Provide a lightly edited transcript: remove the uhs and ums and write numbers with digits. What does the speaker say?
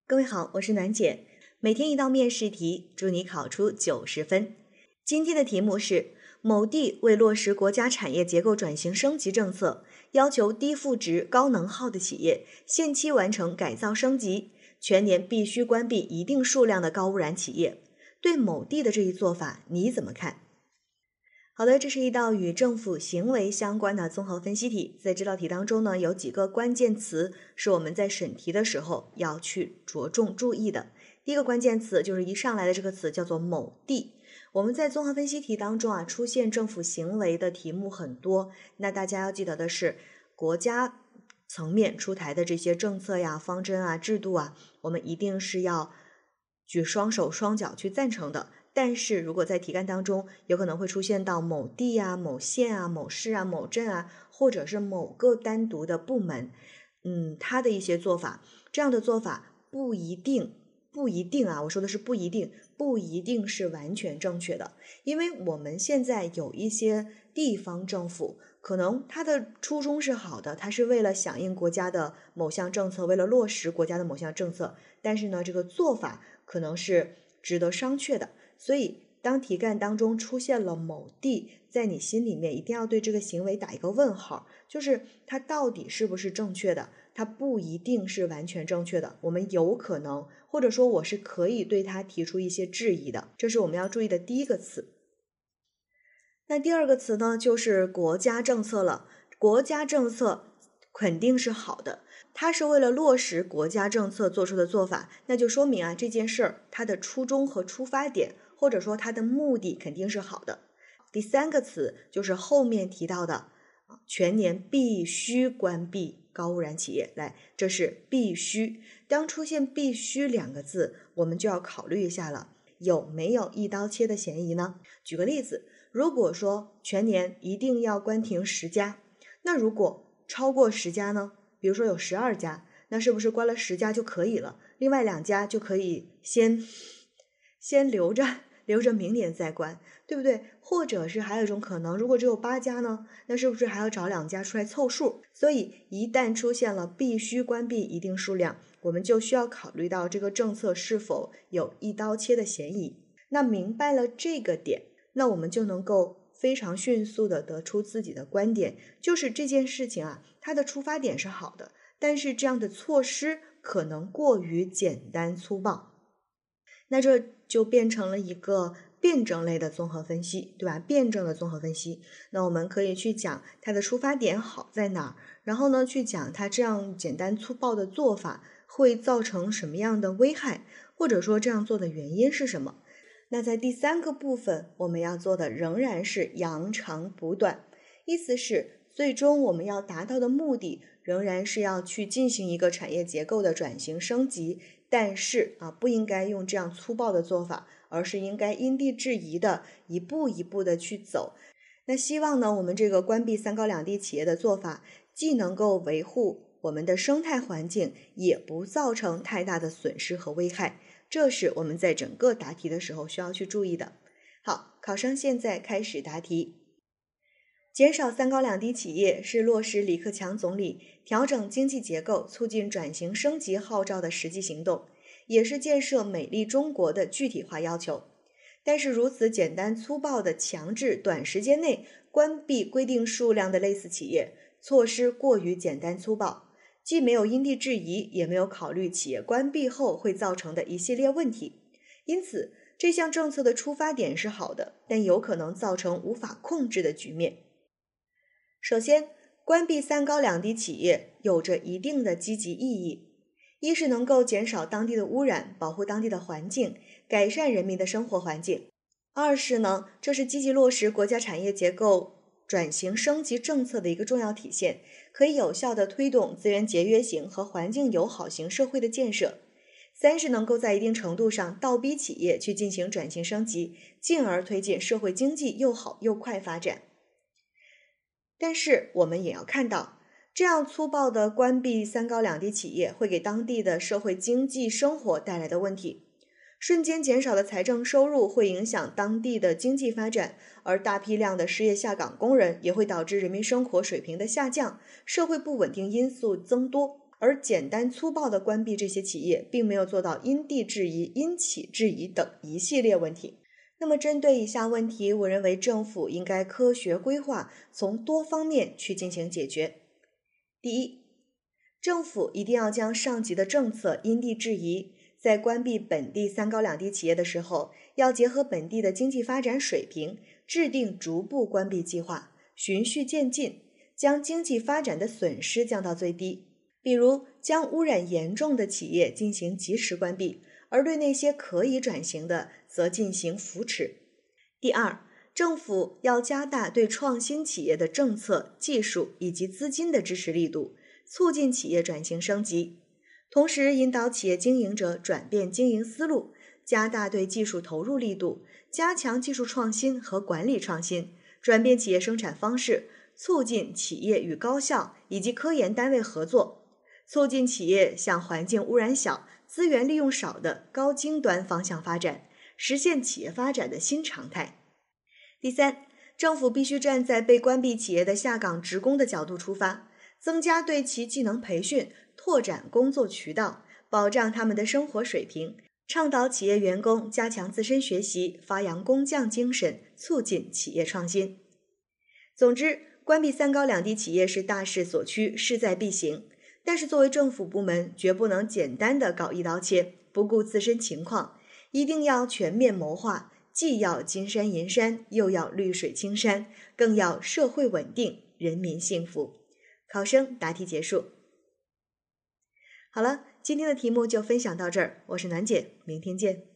各位好，我是暖姐，每天一道面试题，祝你考出90分。今天的题目是：某地为落实国家产业结构转型升级政策，要求低负值高能耗的企业限期完成改造升级，全年必须关闭一定数量的高污染企业。对某地的这一做法，你怎么看？好的，这是一道与政府行为相关的综合分析题。在这道题当中呢，有几个关键词是我们在审题的时候要去着重注意的。第一个关键词就是一上来的这个词叫做某地。我们在综合分析题当中出现政府行为的题目很多，那大家要记得的是，国家层面出台的这些政策呀、方针制度我们一定是要举双手双脚去赞成的。但是如果在题干当中有可能会出现到某地某县某市某镇或者是某个单独的部门，它的一些做法，这样的做法不一定我说的是不一定是完全正确的。因为我们现在有一些地方政府，可能它的初衷是好的，它是为了响应国家的某项政策，为了落实国家的某项政策，但是呢，这个做法可能是值得商榷的。所以当题干当中出现了某地，在你心里面一定要对这个行为打一个问号，就是它到底是不是正确的，它不一定是完全正确的，我们有可能，或者说我是可以对它提出一些质疑的，这是我们要注意的第一个词。那第二个词呢，就是国家政策了。国家政策肯定是好的，它是为了落实国家政策做出的做法，那就说明这件事儿它的初衷和出发点，或者说它的目的肯定是好的。第三个词就是后面提到的全年必须关闭高污染企业，这是必须。当出现必须两个字，我们就要考虑一下了，有没有一刀切的嫌疑呢？举个例子，如果说全年一定要关停10家，那如果超过10家呢？比如说有12家，那是不是关了10家就可以了？另外2家就可以先留着明年再关，对不对？或者是还有一种可能，如果只有8家呢，那是不是还要找2家出来凑数？所以一旦出现了必须关闭一定数量，我们就需要考虑到这个政策是否有一刀切的嫌疑。那明白了这个点，那我们就能够非常迅速地得出自己的观点，就是这件事情它的出发点是好的，但是这样的措施可能过于简单粗暴。那这就变成了一个辩证类的综合分析，对吧？辩证的综合分析，那我们可以去讲它的出发点好在哪儿，然后呢，去讲它这样简单粗暴的做法会造成什么样的危害，或者说这样做的原因是什么。那在第三个部分，我们要做的仍然是扬长补短，意思是最终我们要达到的目的仍然是要去进行一个产业结构的转型升级，但是不应该用这样粗暴的做法，而是应该因地制宜的一步一步的去走。那希望呢，我们这个关闭3高2低企业的做法，既能够维护我们的生态环境，也不造成太大的损失和危害。这是我们在整个答题的时候需要去注意的。好，考生现在开始答题。减少3高2低企业是落实李克强总理调整经济结构、促进转型升级号召的实际行动，也是建设美丽中国的具体化要求。但是如此简单粗暴的强制短时间内关闭规定数量的类似企业，措施过于简单粗暴，既没有因地制宜，也没有考虑企业关闭后会造成的一系列问题。因此，这项政策的出发点是好的，但有可能造成无法控制的局面。首先，关闭3高2低企业有着一定的积极意义。一是能够减少当地的污染，保护当地的环境，改善人民的生活环境。二是呢，这是积极落实国家产业结构转型升级政策的一个重要体现，可以有效地推动资源节约型和环境友好型社会的建设。三是能够在一定程度上倒逼企业去进行转型升级，进而推进社会经济又好又快发展。但是我们也要看到，这样粗暴的关闭3高2低企业会给当地的社会经济生活带来的问题。瞬间减少的财政收入会影响当地的经济发展，而大批量的失业下岗工人也会导致人民生活水平的下降，社会不稳定因素增多。 而简单粗暴地关闭这些企业，并没有做到因地制宜、因企制宜等一系列问题。那么针对以下问题，我认为政府应该科学规划，从多方面去进行解决。第一，政府一定要将上级的政策因地制宜，在关闭本地三高两低企业的时候，要结合本地的经济发展水平，制定逐步关闭计划，循序渐进，将经济发展的损失降到最低。比如，将污染严重的企业进行及时关闭，而对那些可以转型的，则进行扶持。第二，政府要加大对创新企业的政策、技术以及资金的支持力度，促进企业转型升级，同时引导企业经营者转变经营思路，加大对技术投入力度，加强技术创新和管理创新，转变企业生产方式，促进企业与高校以及科研单位合作，促进企业向环境污染小、资源利用少的高精端方向发展，实现企业发展的新常态。第三，政府必须站在被关闭企业的下岗职工的角度出发，增加对其技能培训，拓展工作渠道，保障他们的生活水平，倡导企业员工加强自身学习，发扬工匠精神，促进企业创新。总之，关闭三高两低企业是大势所趋，势在必行。但是作为政府部门，绝不能简单的搞一刀切，不顾自身情况，一定要全面谋划，既要金山银山，又要绿水青山，更要社会稳定，人民幸福。考生答题结束。好了，今天的题目就分享到这儿，我是暖姐，明天见。